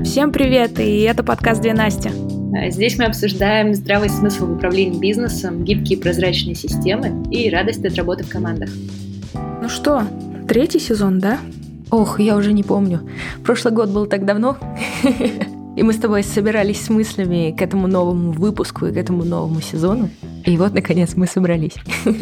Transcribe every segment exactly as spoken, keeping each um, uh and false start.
Всем привет, и это подкаст «Две Насти». Здесь мы обсуждаем здравый смысл в управлении бизнесом, гибкие прозрачные системы и радость от работы в командах. Ну что, третий сезон, да? Ох, я уже не помню. Прошлый год был так давно. И мы с тобой собирались с мыслями к этому новому выпуску и к этому новому сезону. И вот, наконец, мы собрались.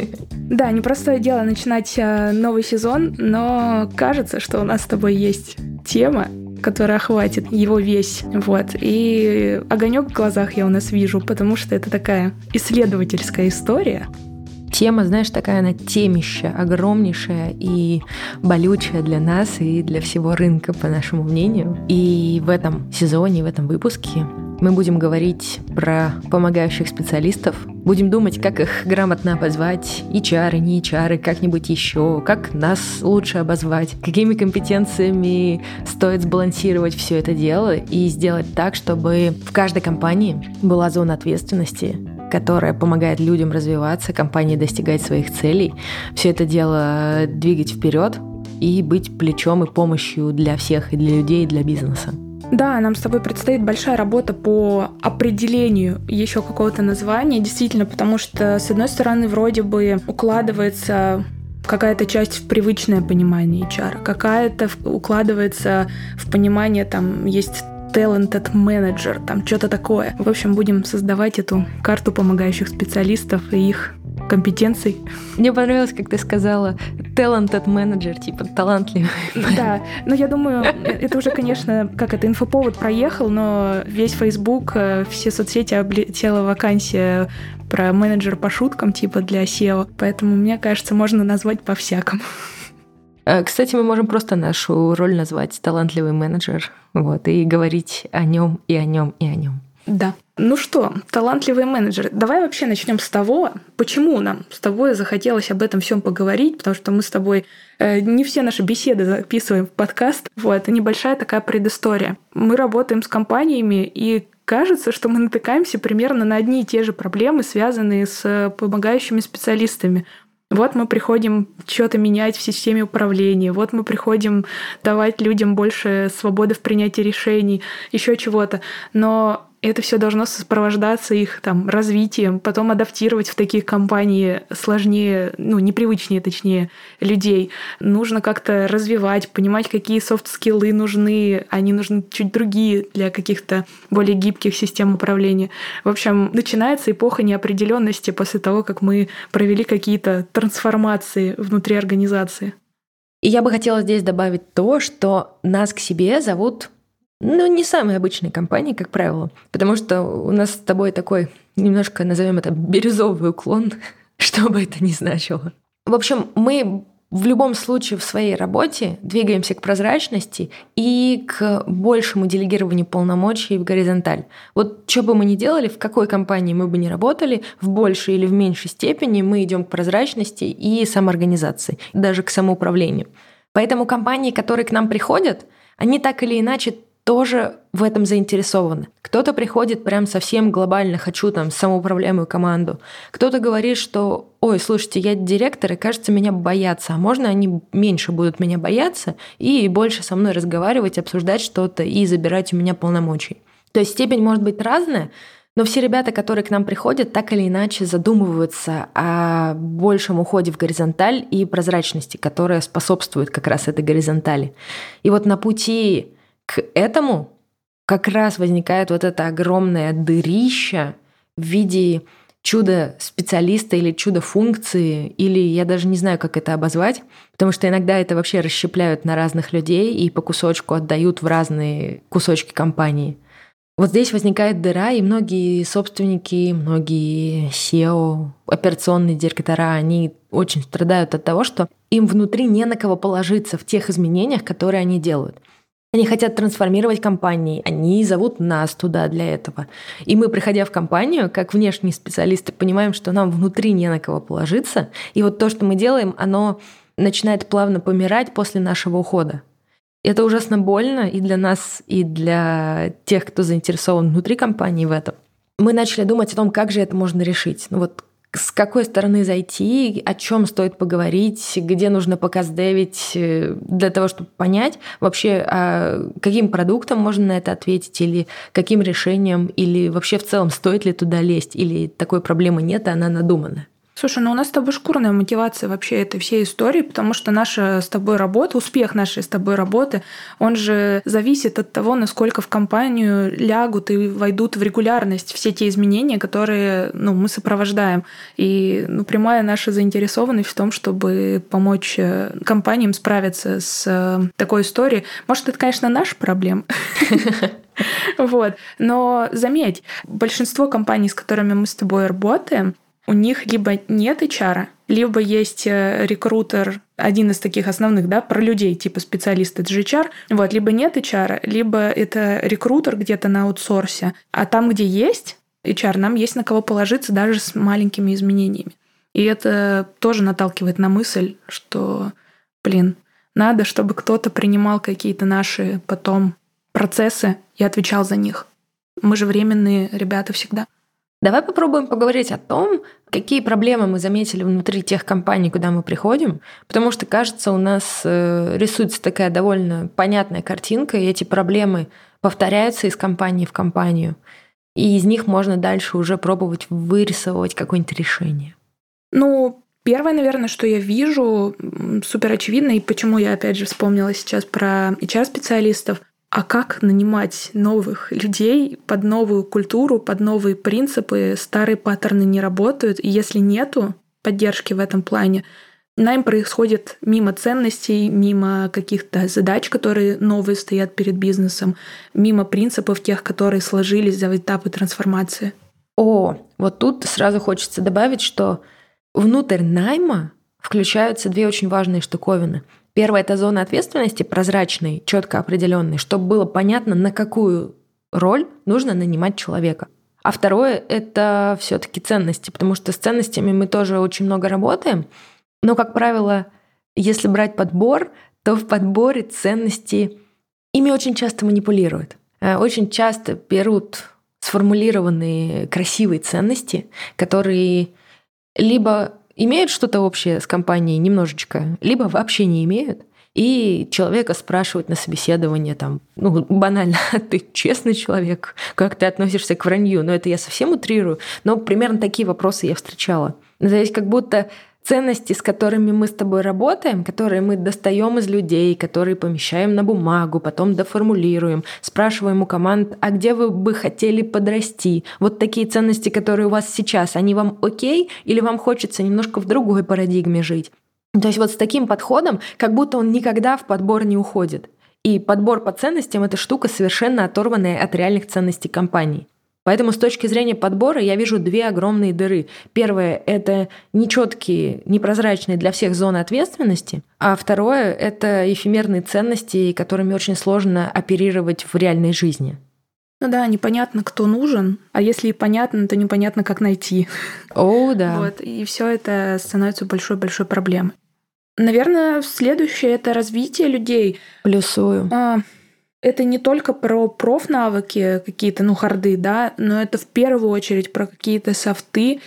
Да, непростое дело начинать новый сезон, но кажется, что у нас с тобой есть тема, которая охватит его весь. Вот. И огонек в глазах я у нас вижу, потому что это такая исследовательская история. Тема, знаешь, такая она темища, огромнейшая и болючая для нас и для всего рынка, по нашему мнению. И в этом сезоне, в этом выпуске мы будем говорить про помогающих специалистов, будем думать, как их грамотно обозвать, эйч ар, не эйч ар, как-нибудь еще, как нас лучше обозвать, какими компетенциями стоит сбалансировать все это дело и сделать так, чтобы в каждой компании была зона ответственности, которая помогает людям развиваться, компании достигать своих целей, все это дело двигать вперед и быть плечом и помощью для всех, и для людей, и для бизнеса. Да, нам с тобой предстоит большая работа по определению еще какого-то названия, действительно, потому что, с одной стороны, вроде бы укладывается какая-то часть в привычное понимание эйч ар, какая-то укладывается в понимание, там, есть talented manager, там, что-то такое. В общем, будем создавать эту карту помогающих специалистов и их компетенций. Мне понравилось, как ты сказала, talented manager, типа талантливый. Да, но я думаю, это уже, конечно, как это, инфоповод проехал, но весь Facebook, все соцсети облетела вакансия про менеджер по шуткам, типа для сео, поэтому, мне кажется, можно назвать по-всякому. Кстати, мы можем просто нашу роль назвать талантливый менеджер, вот, и говорить о нем и о нем и о нем. Да. Ну что, талантливые менеджеры, давай вообще начнем с того, почему нам с тобой захотелось об этом всем поговорить, потому что мы с тобой э, не все наши беседы записываем в подкаст. Вот, это небольшая такая предыстория. Мы работаем с компаниями, и кажется, что мы натыкаемся примерно на одни и те же проблемы, связанные с помогающими специалистами. Вот мы приходим что-то менять в системе управления, вот мы приходим давать людям больше свободы в принятии решений, еще чего-то. Но это все должно сопровождаться их там развитием, потом адаптировать в такие компании сложнее, ну, непривычнее, точнее, людей. Нужно как-то развивать, понимать, какие софт-скиллы нужны, они нужны чуть другие для каких-то более гибких систем управления. В общем, начинается эпоха неопределенности после того, как мы провели какие-то трансформации внутри организации. И я бы хотела здесь добавить то, что нас к себе зовут Ну, не самые обычные компании, как правило, потому что у нас с тобой такой, немножко назовем это, бирюзовый уклон, что бы это ни значило. В общем, мы в любом случае в своей работе двигаемся к прозрачности и к большему делегированию полномочий в горизонталь. Вот что бы мы ни делали, в какой компании мы бы ни работали, в большей или в меньшей степени мы идем к прозрачности и самоорганизации, даже к самоуправлению. Поэтому компании, которые к нам приходят, они так или иначе тоже в этом заинтересованы. Кто-то приходит прям совсем глобально, хочу там самоуправляемую команду. Кто-то говорит, что, ой, слушайте, я директор, и кажется, меня боятся, а можно они меньше будут меня бояться и больше со мной разговаривать, обсуждать что-то и забирать у меня полномочий. То есть степень может быть разная, но все ребята, которые к нам приходят, так или иначе задумываются о большем уходе в горизонталь и прозрачности, которая способствует как раз этой горизонтали. И вот на пути к этому как раз возникает вот это огромное дырище в виде чудо-специалиста или чудо-функции, или я даже не знаю, как это обозвать, потому что иногда это вообще расщепляют на разных людей и по кусочку отдают в разные кусочки компании. Вот здесь возникает дыра, и многие собственники, многие сео, операционные директора, они очень страдают от того, что им внутри не на кого положиться в тех изменениях, которые они делают. Они хотят трансформировать компании, они зовут нас туда для этого. И мы, приходя в компанию, как внешние специалисты, понимаем, что нам внутри не на кого положиться. И вот то, что мы делаем, оно начинает плавно помирать после нашего ухода. И это ужасно больно и для нас, и для тех, кто заинтересован внутри компании в этом. Мы начали думать о том, как же это можно решить. Ну вот с какой стороны зайти, о чем стоит поговорить, где нужно показдевить для того, чтобы понять вообще, а каким продуктом можно на это ответить, или каким решением, или вообще в целом стоит ли туда лезть, или такой проблемы нет, а она надумана. Слушай, ну у нас с тобой шкурная мотивация вообще этой всей истории, потому что наша с тобой работа, успех нашей с тобой работы, он же зависит от того, насколько в компанию лягут и войдут в регулярность все те изменения, которые ну, мы сопровождаем. И ну, прямая наша заинтересованность в том, чтобы помочь компаниям справиться с такой историей. Может, это, конечно, наша проблема. Вот. Но заметь, большинство компаний, с которыми мы с тобой работаем, у них либо нет эйч ар, либо есть рекрутер, один из таких основных, да, про людей, типа специалист, это же эйч ар, вот, либо нет эйч ар, либо это рекрутер где-то на аутсорсе. А там, где есть эйч ар, нам есть на кого положиться даже с маленькими изменениями. И это тоже наталкивает на мысль, что, блин, надо, чтобы кто-то принимал какие-то наши потом процессы и отвечал за них. Мы же временные ребята всегда. Давай попробуем поговорить о том, какие проблемы мы заметили внутри тех компаний, куда мы приходим, потому что, кажется, у нас рисуется такая довольно понятная картинка, и эти проблемы повторяются из компании в компанию, и из них можно дальше уже пробовать вырисовывать какое-нибудь решение. Ну, первое, наверное, что я вижу, супер очевидно, и почему я, опять же, вспомнила сейчас про эйч ар-специалистов, а как нанимать новых людей под новую культуру, под новые принципы? Старые паттерны не работают, и если нету поддержки в этом плане, найм происходит мимо ценностей, мимо каких-то задач, которые новые стоят перед бизнесом, мимо принципов тех, которые сложились за этапы трансформации. О, вот тут сразу хочется добавить, что внутрь найма включаются две очень важные штуковины. Первое — это зона ответственности прозрачной, четко определенной, чтобы было понятно, на какую роль нужно нанимать человека. А второе — это все-таки ценности, потому что с ценностями мы тоже очень много работаем. Но, как правило, если брать подбор, то в подборе ценности ими очень часто манипулируют. Очень часто берут сформулированные красивые ценности, которые либо имеют что-то общее с компанией немножечко, либо вообще не имеют, и человека спрашивают на собеседование там, ну, банально, ты честный человек, как ты относишься к вранью? Но это я совсем утрирую, но примерно такие вопросы я встречала. То есть как будто ценности, с которыми мы с тобой работаем, которые мы достаем из людей, которые помещаем на бумагу, потом доформулируем, спрашиваем у команд, а где вы бы хотели подрасти? Вот такие ценности, которые у вас сейчас, они вам окей или вам хочется немножко в другой парадигме жить? То есть вот с таким подходом, как будто он никогда в подбор не уходит. И подбор по ценностям — это штука, совершенно оторванная от реальных ценностей компании. Поэтому с точки зрения подбора я вижу две огромные дыры. Первое — это нечеткие, непрозрачные для всех зоны ответственности, а второе — это эфемерные ценности, которыми очень сложно оперировать в реальной жизни. Ну да, непонятно, кто нужен, а если и понятно, то непонятно, как найти. О, да. Вот, и все это становится большой-большой проблемой. Наверное, следующее — это развитие людей. Плюсую. А, это не только про профнавыки какие-то, ну, харды, да, но это в первую очередь про какие-то софты.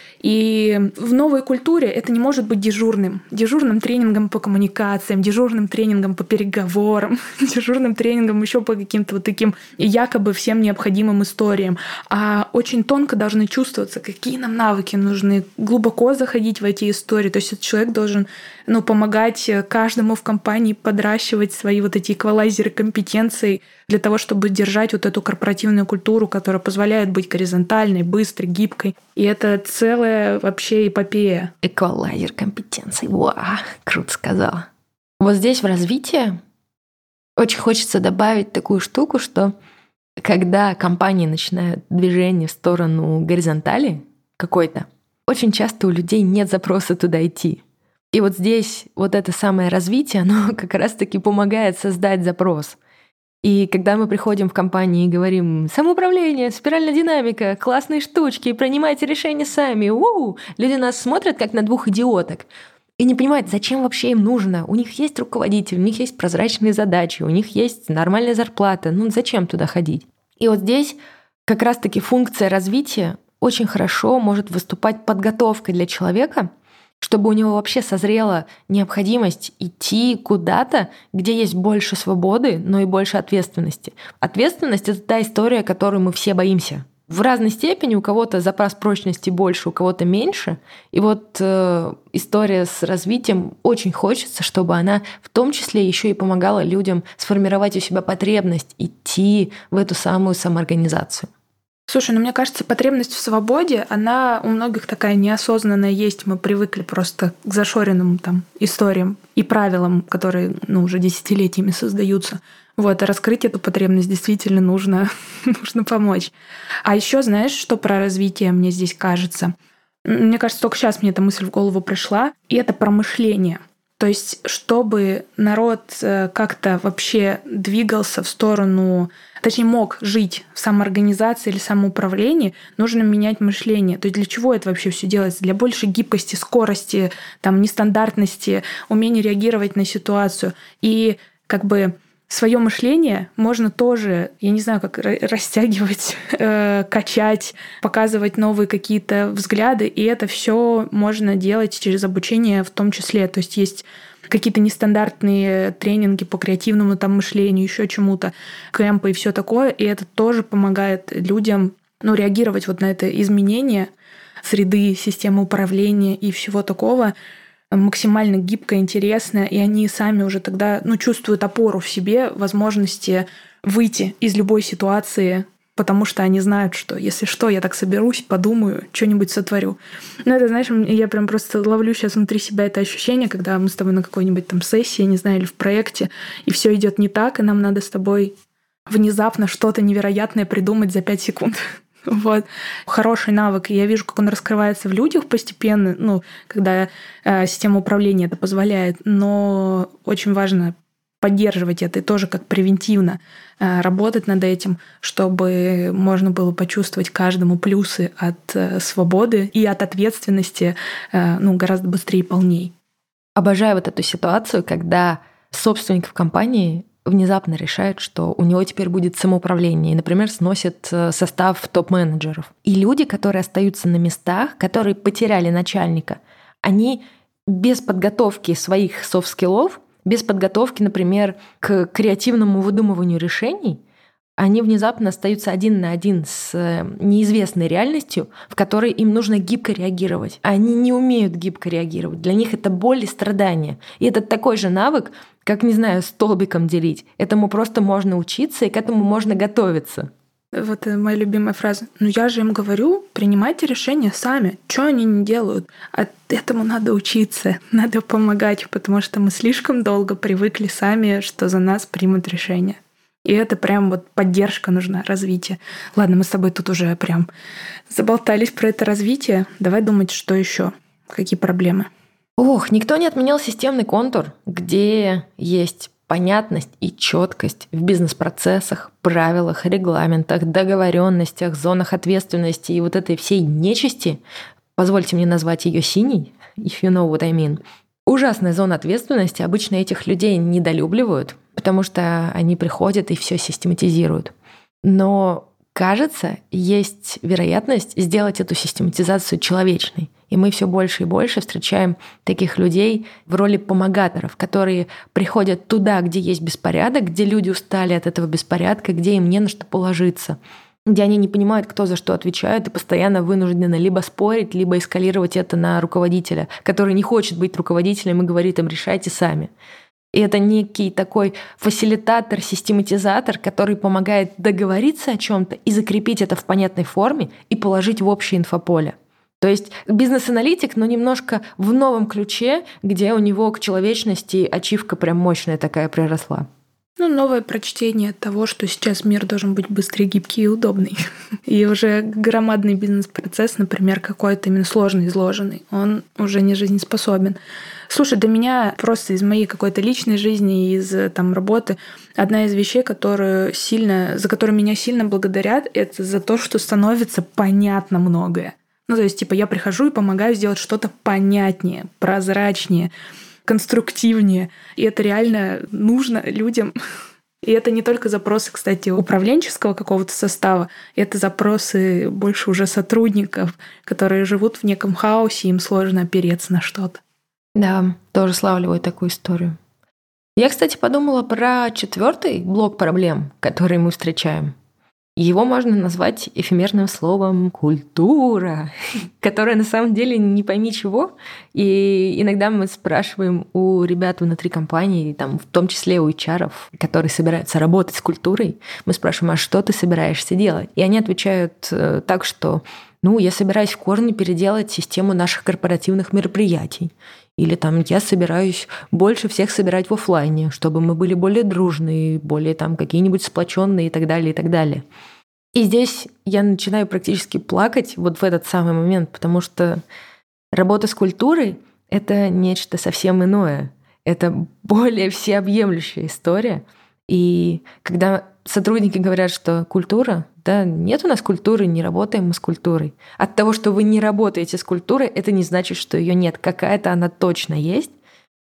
И в новой культуре это не может быть дежурным. Дежурным тренингом по коммуникациям, дежурным тренингом по переговорам, дежурным тренингом еще по каким-то вот таким якобы всем необходимым историям. А очень тонко должны чувствоваться, какие нам навыки нужны, глубоко заходить в эти истории. То есть этот человек должен, ну, помогать каждому в компании подращивать свои вот эти эквалайзеры компетенций для того, чтобы держать вот эту корпоративную культуру, которая позволяет быть горизонтальной, быстрой, гибкой. И это целая вообще эпопея. Эквалайзер компетенций. Вау, круто сказала. Вот здесь в развитии очень хочется добавить такую штуку, что когда компании начинают движение в сторону горизонтали какой-то, очень часто у людей нет запроса туда идти. И вот здесь вот это самое развитие, оно как раз-таки помогает создать запрос. И когда мы приходим в компании и говорим «самоуправление, спиральная динамика, классные штучки, принимайте решения сами», у-у, люди нас смотрят как на двух идиоток и не понимают, зачем вообще им нужно. У них есть руководитель, у них есть прозрачные задачи, у них есть нормальная зарплата. Ну зачем туда ходить? И вот здесь как раз-таки функция развития очень хорошо может выступать подготовкой для человека, чтобы у него вообще созрела необходимость идти куда-то, где есть больше свободы, но и больше ответственности. Ответственность — это та история, которую мы все боимся. В разной степени, у кого-то запас прочности больше, у кого-то меньше. И вот э, история с развитием, очень хочется, чтобы она в том числе еще и помогала людям сформировать у себя потребность идти в эту самую самоорганизацию. Слушай, ну мне кажется, потребность в свободе, она у многих такая неосознанная есть. Мы привыкли просто к зашоренным там историям и правилам, которые ну, уже десятилетиями создаются. Вот, а раскрыть эту потребность действительно нужно, нужно помочь. А еще знаешь, что про развитие мне здесь кажется? Мне кажется, только сейчас мне эта мысль в голову пришла, и это про мышление. То есть, чтобы народ как-то вообще двигался в сторону, точнее, мог жить в самоорганизации или самоуправлении, нужно менять мышление. То есть для чего это вообще все делается? Для большей гибкости, скорости, там, нестандартности, умения реагировать на ситуацию. И как бы свое мышление можно тоже, я не знаю, как растягивать, э, качать, показывать новые какие-то взгляды, и это все можно делать через обучение в том числе. То есть есть какие-то нестандартные тренинги по креативному там мышлению, еще чему-то, кэмпы и все такое, и это тоже помогает людям ну, реагировать вот на это изменение среды, системы управления и всего такого, максимально гибкое, интересное, и они сами уже тогда ну, чувствуют опору в себе, возможности выйти из любой ситуации, потому что они знают, что если что, я так соберусь, подумаю, что-нибудь сотворю. Ну, это, знаешь, я прям просто ловлю сейчас внутри себя это ощущение, когда мы с тобой на какой-нибудь там сессии, не знаю, или в проекте, и все идет не так, и нам надо с тобой внезапно что-то невероятное придумать за пять секунд. Вот. Хороший навык. И я вижу, как он раскрывается в людях постепенно, ну, когда э, система управления это позволяет. Но очень важно поддерживать это и тоже как превентивно э, работать над этим, чтобы можно было почувствовать каждому плюсы от э, свободы и от ответственности э, ну, гораздо быстрее и полней. Обожаю вот эту ситуацию, когда собственник в компании внезапно решает, что у него теперь будет самоуправление, и, например, сносит состав топ-менеджеров. И люди, которые остаются на местах, которые потеряли начальника, они без подготовки своих софт-скиллов, без подготовки, например, к креативному выдумыванию решений, они внезапно остаются один на один с неизвестной реальностью, в которой им нужно гибко реагировать. Они не умеют гибко реагировать. Для них это боль и страдания. И это такой же навык, как, не знаю, столбиком делить. Этому просто можно учиться, и к этому можно готовиться. Вот моя любимая фраза. Ну я же им говорю, принимайте решения сами. Что они не делают? А этому надо учиться, надо помогать, потому что мы слишком долго привыкли сами, что за нас примут решение. И это прям вот поддержка нужна, развитие. Ладно, мы с тобой тут уже прям заболтались про это развитие. Давай думать, что еще, какие проблемы. Ох, никто не отменял системный контур, где есть понятность и четкость в бизнес-процессах, правилах, регламентах, договоренностях, зонах ответственности и вот этой всей нечисти. Позвольте мне назвать ее синей, if you know what I mean. Ужасная зона ответственности. Обычно этих людей недолюбливают, потому что они приходят и все систематизируют. Но, кажется, есть вероятность сделать эту систематизацию человечной. И мы все больше и больше встречаем таких людей в роли помогаторов, которые приходят туда, где есть беспорядок, где люди устали от этого беспорядка, где им не на что положиться, где они не понимают, кто за что отвечает, и постоянно вынуждены либо спорить, либо эскалировать это на руководителя, который не хочет быть руководителем и говорит им: решайте сами. И это некий такой фасилитатор, систематизатор, который помогает договориться о чем-то и закрепить это в понятной форме и положить в общее инфополе. То есть бизнес-аналитик, но немножко в новом ключе, где у него к человечности ачивка прям мощная такая приросла. Ну, новое прочтение того, что сейчас мир должен быть быстрый, гибкий и удобный. И уже громадный бизнес-процесс, например, какой-то именно сложный, изложенный, он уже не жизнеспособен. Слушай, до меня просто из моей какой-то личной жизни, из там, работы, одна из вещей, которую сильно, за которую меня сильно благодарят, это за то, что становится понятно многое. Ну, то есть, типа, я прихожу и помогаю сделать что-то понятнее, прозрачнее, конструктивнее. И это реально нужно людям. И это не только запросы, кстати, управленческого какого-то состава, это запросы больше уже сотрудников, которые живут в неком хаосе, им сложно опереться на что-то. Да, тоже славливаю такую историю. Я, кстати, подумала про четвертый блок проблем, которые мы встречаем. Его можно назвать эфемерным словом «культура», которая на самом деле не пойми чего. И иногда мы спрашиваем у ребят внутри компании, там, в том числе у эйч ар, которые собираются работать с культурой, мы спрашиваем, а что ты собираешься делать? И они отвечают так, что ну, я собираюсь в корне переделать систему наших корпоративных мероприятий. Или там я собираюсь больше всех собирать в офлайне, чтобы мы были более дружные, более там какие-нибудь сплоченные и так далее, и так далее. И здесь я начинаю практически плакать вот в этот самый момент, потому что работа с культурой — это нечто совсем иное. Это более всеобъемлющая история. И когда сотрудники говорят, что культура, да, нет у нас культуры, не работаем мы с культурой. От того, что вы не работаете с культурой, это не значит, что ее нет. Какая-то она точно есть.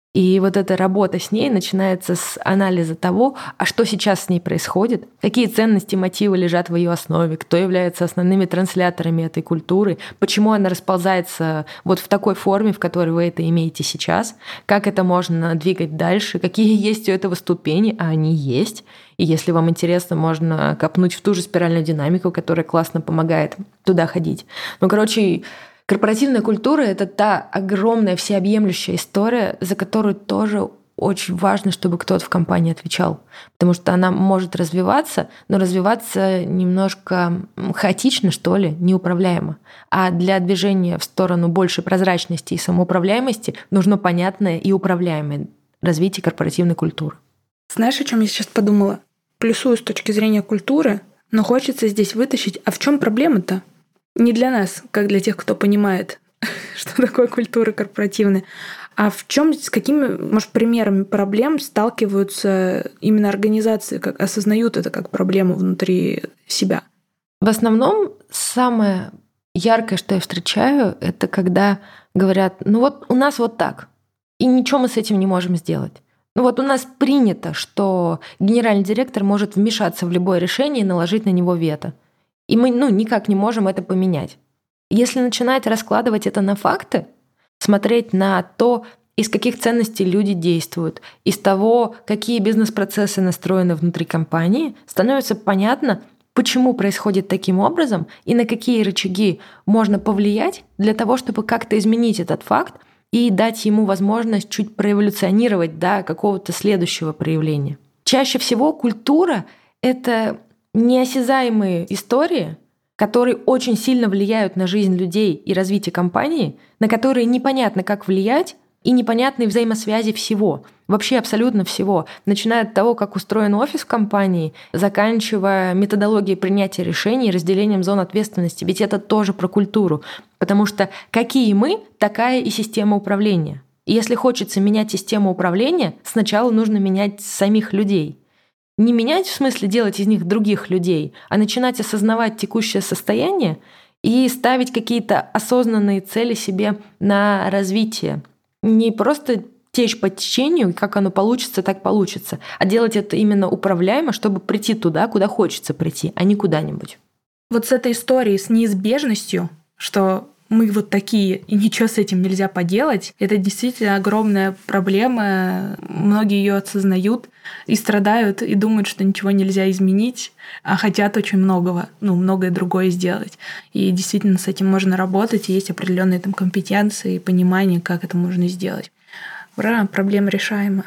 И вот эта работа с ней начинается с анализа того, а что сейчас с ней происходит, какие ценности, мотивы лежат в ее основе, кто является основными трансляторами этой культуры, почему она расползается вот в такой форме, в которой вы это имеете сейчас, как это можно двигать дальше, какие есть у этого ступени, а они есть. И если вам интересно, можно копнуть в ту же спиральную динамику, которая классно помогает туда ходить. Ну, короче, корпоративная культура — это та огромная всеобъемлющая история, за которую тоже очень важно, чтобы кто-то в компании отвечал. Потому что она может развиваться, но развиваться немножко хаотично, что ли, неуправляемо. А для движения в сторону большей прозрачности и самоуправляемости нужно понятное и управляемое развитие корпоративной культуры. Знаешь, о чем я сейчас подумала? Плюсую с точки зрения культуры, но хочется здесь вытащить, а в чем проблема-то? Не для нас, как для тех, кто понимает, что такое культура корпоративная, а в чем, с какими, может, примерами проблем сталкиваются именно организации, как осознают это как проблему внутри себя? В основном самое яркое, что я встречаю, это когда говорят, ну вот у нас вот так, и ничего мы с этим не можем сделать. Ну вот у нас принято, что генеральный директор может вмешаться в любое решение и наложить на него вето. И мы ну, никак не можем это поменять. Если начинать раскладывать это на факты, смотреть на то, из каких ценностей люди действуют, из того, какие бизнес-процессы настроены внутри компании, становится понятно, почему происходит таким образом и на какие рычаги можно повлиять для того, чтобы как-то изменить этот факт и дать ему возможность чуть проэволюционировать до какого-то следующего проявления. Чаще всего культура — это неосязаемые истории, которые очень сильно влияют на жизнь людей и развитие компании, на которые непонятно, как влиять, и непонятные взаимосвязи всего, вообще абсолютно всего, начиная от того, как устроен офис в компании, заканчивая методологией принятия решений и разделением зон ответственности. Ведь это тоже про культуру, потому что какие мы, такая и система управления. И если хочется менять систему управления, сначала нужно менять самих людей. Не менять в смысле делать из них других людей, а начинать осознавать текущее состояние и ставить какие-то осознанные цели себе на развитие. Не просто течь по течению, как оно получится, так получится, а делать это именно управляемо, чтобы прийти туда, куда хочется прийти, а не куда-нибудь. Вот с этой историей, с неизбежностью, что мы вот такие, и ничего с этим нельзя поделать, это действительно огромная проблема. Многие ее осознают и страдают, и думают, что ничего нельзя изменить, а хотят очень многого, ну, многое другое сделать. И действительно с этим можно работать, и есть определенные там компетенции и понимание, как это можно сделать. Ура, проблема решаема.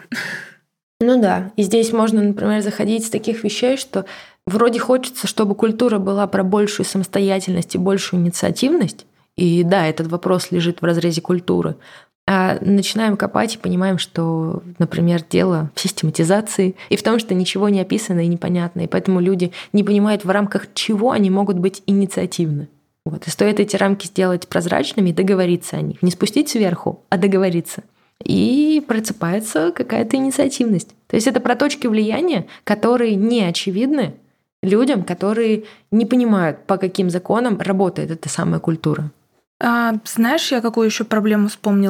Ну да, и здесь можно, например, заходить с таких вещей, что вроде хочется, чтобы культура была про большую самостоятельность и большую инициативность. И да, этот вопрос лежит в разрезе культуры. А начинаем копать и понимаем, что, например, дело в систематизации и в том, что ничего не описано и непонятно. И поэтому люди не понимают, в рамках чего они могут быть инициативны. Вот. И стоит эти рамки сделать прозрачными и договориться о них. Не спустить сверху, а договориться. И просыпается какая-то инициативность. То есть это про точки влияния, которые не очевидны людям, которые не понимают, по каким законам работает эта самая культура. А, знаешь, я какую еще проблему вспомнила?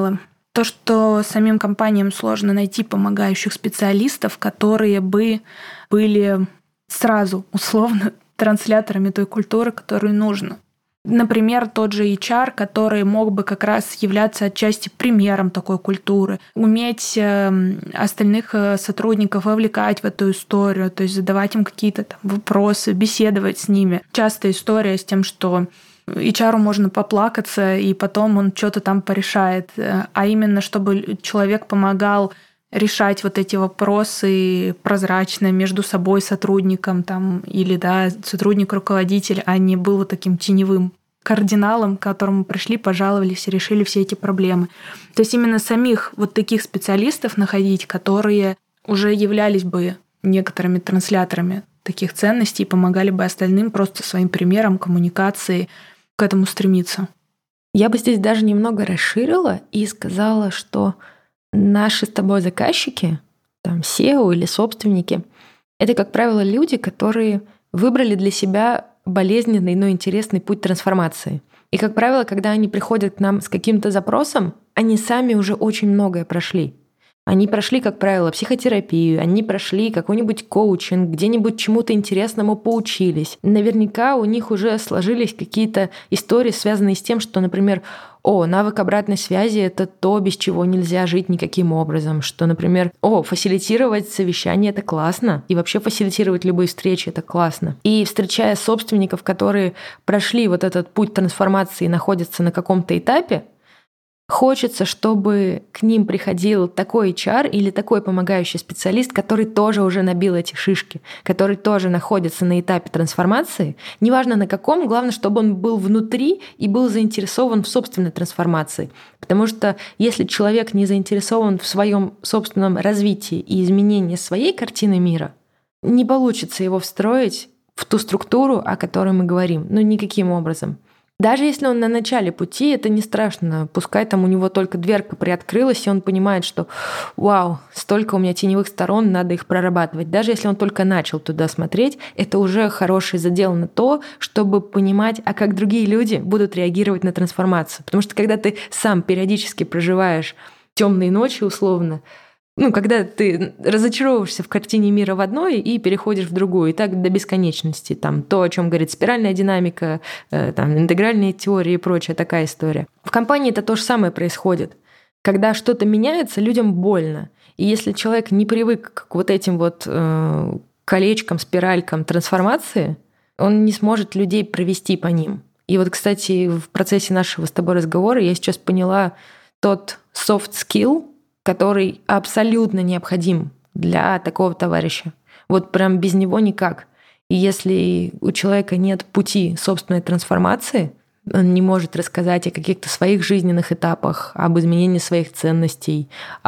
То, что самим компаниям сложно найти помогающих специалистов, которые бы были сразу, условно, трансляторами той культуры, которую нужно. Например, тот же эйч ар, который мог бы как раз являться отчасти примером такой культуры, уметь остальных сотрудников вовлекать в эту историю, то есть задавать им какие-то там вопросы, беседовать с ними. Частая история с тем, что эйч ар можно поплакаться, и потом он что-то там порешает. А именно, чтобы человек помогал решать вот эти вопросы прозрачно между собой, сотрудником там, или да, сотрудник-руководитель, а не был вот таким теневым кардиналом, к которому пришли, пожаловались и решили все эти проблемы. То есть именно самих вот таких специалистов находить, которые уже являлись бы некоторыми трансляторами таких ценностей и помогали бы остальным просто своим примером, коммуникацией к этому стремиться. Я бы здесь даже немного расширила и сказала, что наши с тобой заказчики, там сео или собственники, это, как правило, люди, которые выбрали для себя болезненный, но интересный путь трансформации. И, как правило, когда они приходят к нам с каким-то запросом, они сами уже очень многое прошли. Они прошли, как правило, психотерапию, они прошли какой-нибудь коучинг, где-нибудь чему-то интересному поучились. Наверняка у них уже сложились какие-то истории, связанные с тем, что, например, о, навык обратной связи — это то, без чего нельзя жить никаким образом. Что, например, о, фасилитировать совещание — это классно. И вообще фасилитировать любые встречи — это классно. И встречая собственников, которые прошли вот этот путь трансформации и находятся на каком-то этапе, хочется, чтобы к ним приходил такой эйч ар или такой помогающий специалист, который тоже уже набил эти шишки, который тоже находится на этапе трансформации. Неважно на каком, главное, чтобы он был внутри и был заинтересован в собственной трансформации. Потому что если человек не заинтересован в своем собственном развитии и изменении своей картины мира, не получится его встроить в ту структуру, о которой мы говорим, ну никаким образом. Даже если он на начале пути, это не страшно. Пускай там у него только дверка приоткрылась, и он понимает, что вау, столько у меня теневых сторон, надо их прорабатывать. Даже если он только начал туда смотреть, это уже хороший задел на то, чтобы понимать, а как другие люди будут реагировать на трансформацию. Потому что когда ты сам периодически проживаешь темные ночи условно, ну, когда ты разочаровываешься в картине мира в одной и переходишь в другую, и так до бесконечности. Там то, о чем говорит спиральная динамика, там, интегральные теории и прочая такая история. В компании это то же самое происходит. Когда что-то меняется, людям больно. И если человек не привык к вот этим вот э, колечкам, спиралькам трансформации, он не сможет людей провести по ним. И вот, кстати, в процессе нашего с тобой разговора я сейчас поняла тот soft skill, который абсолютно необходим для такого товарища. Вот прям без него никак. И если у человека нет пути собственной трансформации, он не может рассказать о каких-то своих жизненных этапах, об изменении своих ценностей,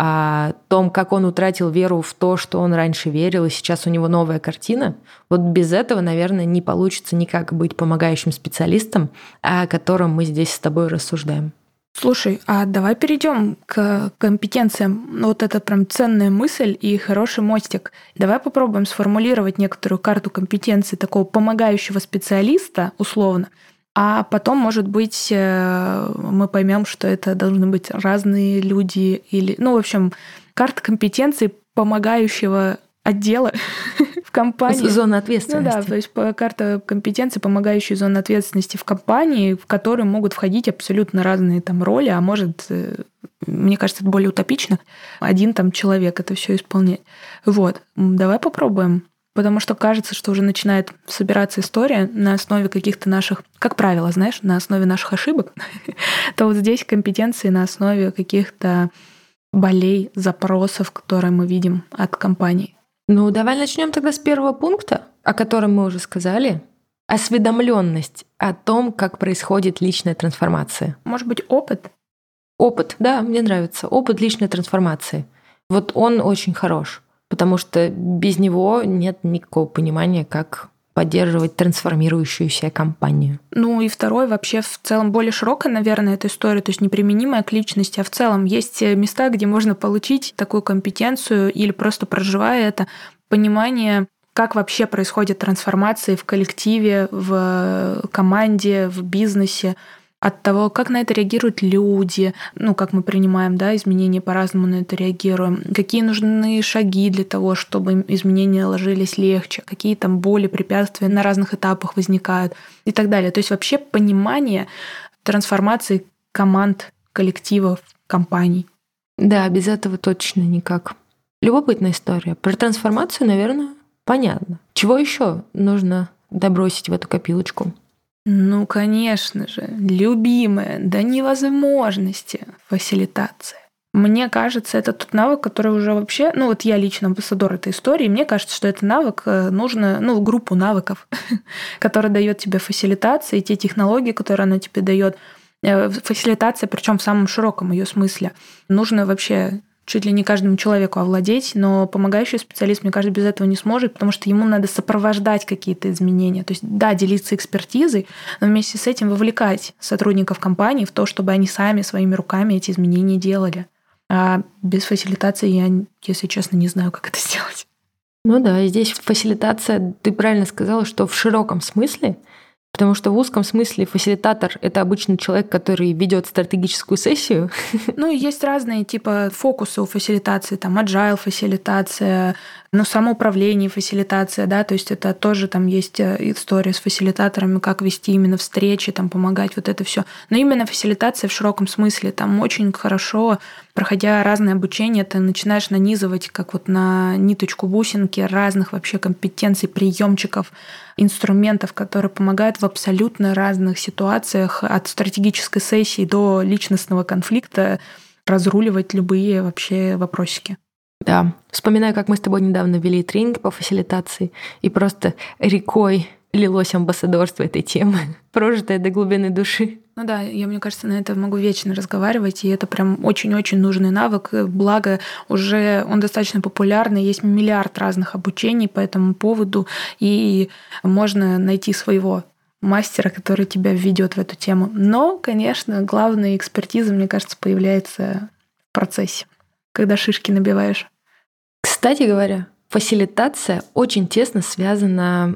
о том, как он утратил веру в то, что он раньше верил, и сейчас у него новая картина, вот без этого, наверное, не получится никак быть помогающим специалистом, о котором мы здесь с тобой рассуждаем. Слушай, а давай перейдем к компетенциям. Вот это прям ценная мысль и хороший мостик. Давай попробуем сформулировать некоторую карту компетенций такого помогающего специалиста, условно, а потом, может быть, мы поймем, что это должны быть разные люди или, ну, в общем, карта компетенций помогающего отдела в компании. Зона ответственности. Ну да, то есть карта компетенции, помогающая зону ответственности в компании, в которой могут входить абсолютно разные там роли, а может, мне кажется, это более утопично, один там человек это все исполнять. Вот, давай попробуем. Потому что кажется, что уже начинает собираться история на основе каких-то наших, как правило, знаешь, на основе наших ошибок, то вот здесь компетенции на основе каких-то болей, запросов, которые мы видим от компаний. Ну, давай начнем тогда с первого пункта, о котором мы уже сказали. Осведомленность о том, как происходит личная трансформация. Может быть, опыт? Опыт, да, мне нравится. Опыт личной трансформации. Вот он очень хорош, потому что без него нет никакого понимания, как поддерживать трансформирующуюся компанию. Ну и второй, вообще в целом более широкая, наверное, эта история, то есть неприменимая к личности, а в целом есть места, где можно получить такую компетенцию или просто проживая это, понимание, как вообще происходят трансформации в коллективе, в команде, в бизнесе, от того, как на это реагируют люди, ну, как мы принимаем, да, изменения, по-разному на это реагируем, какие нужны шаги для того, чтобы изменения ложились легче, какие там боли, препятствия на разных этапах возникают и так далее. То есть вообще понимание трансформации команд, коллективов, компаний. Да, без этого точно никак. Любопытная история. Про трансформацию, наверное, понятно. Чего еще нужно добросить в эту копилочку? Ну, конечно же, любимая до невозможности фасилитация. Мне кажется, это тот навык, который уже вообще... Ну, вот я лично амбассадор этой истории, мне кажется, что это навык нужно... Ну, группу навыков, которая дает тебе фасилитация, и те технологии, которые она тебе дает. Фасилитация, причем в самом широком ее смысле. Нужно вообще чуть ли не каждому человеку овладеть, но помогающий специалист, мне кажется, без этого не сможет, потому что ему надо сопровождать какие-то изменения. То есть, да, делиться экспертизой, но вместе с этим вовлекать сотрудников компании в то, чтобы они сами своими руками эти изменения делали. А без фасилитации я, если честно, не знаю, как это сделать. Ну да, здесь фасилитация, ты правильно сказала, что в широком смысле, потому что в узком смысле фасилитатор — это обычно человек, который ведет стратегическую сессию. Ну, есть разные типа фокусы у фасилитации, там agile фасилитация, ну, самоуправление фасилитация, да, то есть это тоже там есть история с фасилитаторами, как вести именно встречи, там помогать, вот это все. Но именно фасилитация в широком смысле, там очень хорошо, проходя разные обучения, ты начинаешь нанизывать, как вот на ниточку бусинки, разных вообще компетенций, приемчиков, инструментов, которые помогают в абсолютно разных ситуациях, от стратегической сессии до личностного конфликта, разруливать любые вообще вопросики. Да. Вспоминаю, как мы с тобой недавно вели тренинг по фасилитации, и просто рекой лилось амбассадорство этой темы, прожитое до глубины души. Ну да, я, мне кажется, на это могу вечно разговаривать, и это прям очень-очень нужный навык. Благо, уже он достаточно популярный, есть миллиард разных обучений по этому поводу, и можно найти своего мастера, который тебя введет в эту тему. Но, конечно, главная экспертиза, мне кажется, появляется в процессе, когда шишки набиваешь. Кстати говоря, фасилитация очень тесно связана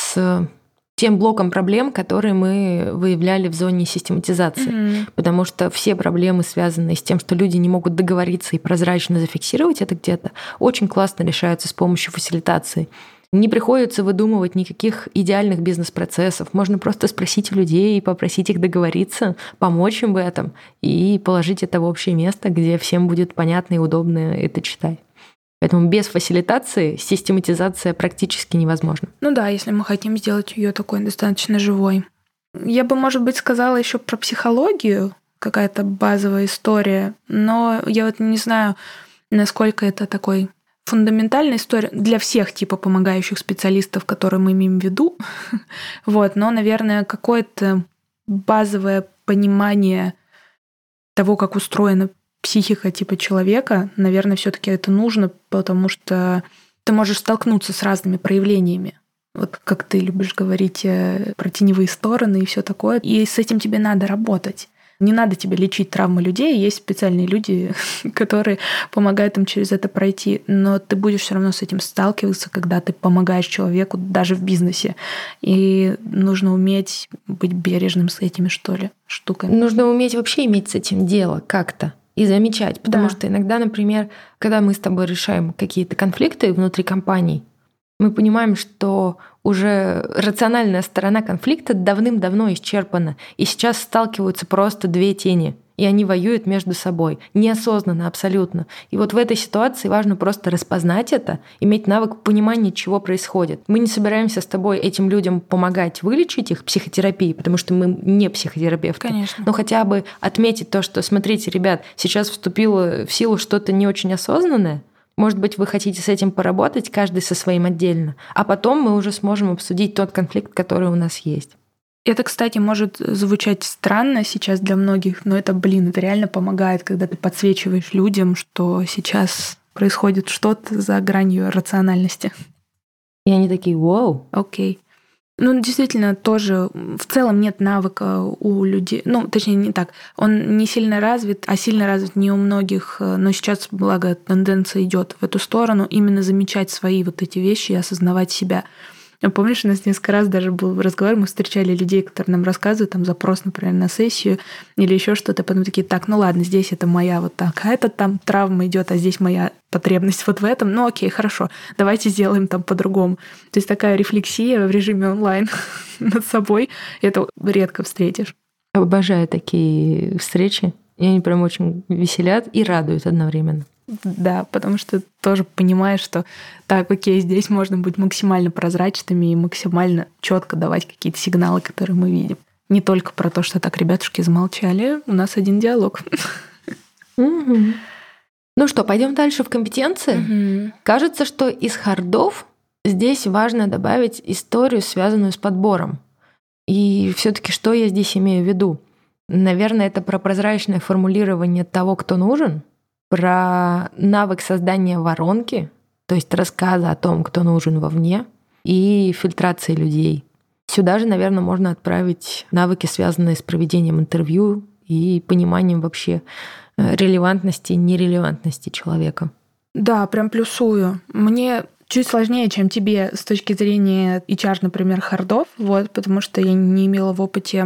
с тем блоком проблем, которые мы выявляли в зоне систематизации. Mm-hmm. Потому что все проблемы, связанные с тем, что люди не могут договориться и прозрачно зафиксировать это где-то, очень классно решаются с помощью фасилитации. Не приходится выдумывать никаких идеальных бизнес-процессов. Можно просто спросить у людей и попросить их договориться, помочь им в этом и положить это в общее место, где всем будет понятно и удобно это читать. Поэтому без фасилитации систематизация практически невозможна. Ну да, если мы хотим сделать ее такой достаточно живой. Я бы, может быть, сказала еще про психологию, какая-то базовая история, но я вот не знаю, насколько это такой фундаментальная история для всех типа помогающих специалистов, которые мы имеем в виду. Вот, но, наверное, какое-то базовое понимание того, как устроена психика типа человека, наверное, все-таки это нужно, потому что ты можешь столкнуться с разными проявлениями. Вот как ты любишь говорить про теневые стороны и все такое. И с этим тебе надо работать. Не надо тебе лечить травмы людей, есть специальные люди, которые помогают им через это пройти, но ты будешь все равно с этим сталкиваться, когда ты помогаешь человеку даже в бизнесе. И нужно уметь быть бережным с этими, что ли, штуками. Нужно уметь вообще иметь с этим дело как-то и замечать, потому да. что иногда, например, когда мы с тобой решаем какие-то конфликты внутри компаний, мы понимаем, что уже рациональная сторона конфликта давным-давно исчерпана, и сейчас сталкиваются просто две тени, и они воюют между собой, неосознанно абсолютно. И вот в этой ситуации важно просто распознать это, иметь навык понимания, чего происходит. Мы не собираемся с тобой этим людям помогать вылечить их психотерапией, потому что мы не психотерапевты. Конечно. Но хотя бы отметить то, что, смотрите, ребят, сейчас вступило в силу что-то не очень осознанное, может быть, вы хотите с этим поработать, каждый со своим отдельно, а потом мы уже сможем обсудить тот конфликт, который у нас есть. Это, кстати, может звучать странно сейчас для многих, но это, блин, это реально помогает, когда ты подсвечиваешь людям, что сейчас происходит что-то за гранью рациональности. И они такие: вау. Окей. Ну, действительно, тоже в целом нет навыка у людей. Ну, точнее, не так. Он не сильно развит, а сильно развит не у многих. Но сейчас, благо, тенденция идет в эту сторону, именно замечать свои вот эти вещи и осознавать себя. Помнишь, у нас несколько раз даже был разговор, мы встречали людей, которые нам рассказывают, там, запрос, например, на сессию или еще что-то, потом такие, так, ну ладно, здесь это моя вот такая-то там травма идет, а здесь моя потребность вот в этом, ну окей, хорошо, давайте сделаем там по-другому. То есть такая рефлексия в режиме онлайн над собой, это редко встретишь. Обожаю такие встречи, и они прям очень веселят и радуют одновременно. Да, потому что тоже понимаешь, что так, окей, здесь можно быть максимально прозрачными и максимально четко давать какие-то сигналы, которые мы видим. Не только про то, что так, ребятушки замолчали, у нас один диалог. Mm-hmm. Ну что, пойдем дальше в компетенции. Mm-hmm. Кажется, что из хардов здесь важно добавить историю, связанную с подбором. И все-таки что я здесь имею в виду? Наверное, это про прозрачное формулирование того, кто нужен, про навык создания воронки, то есть рассказа о том, кто нужен вовне, и фильтрации людей. Сюда же, наверное, можно отправить навыки, связанные с проведением интервью и пониманием вообще релевантности и нерелевантности человека. Да, прям плюсую. Мне чуть сложнее, чем тебе с точки зрения эйч ар, например, хардов, вот, потому что я не имела в опыте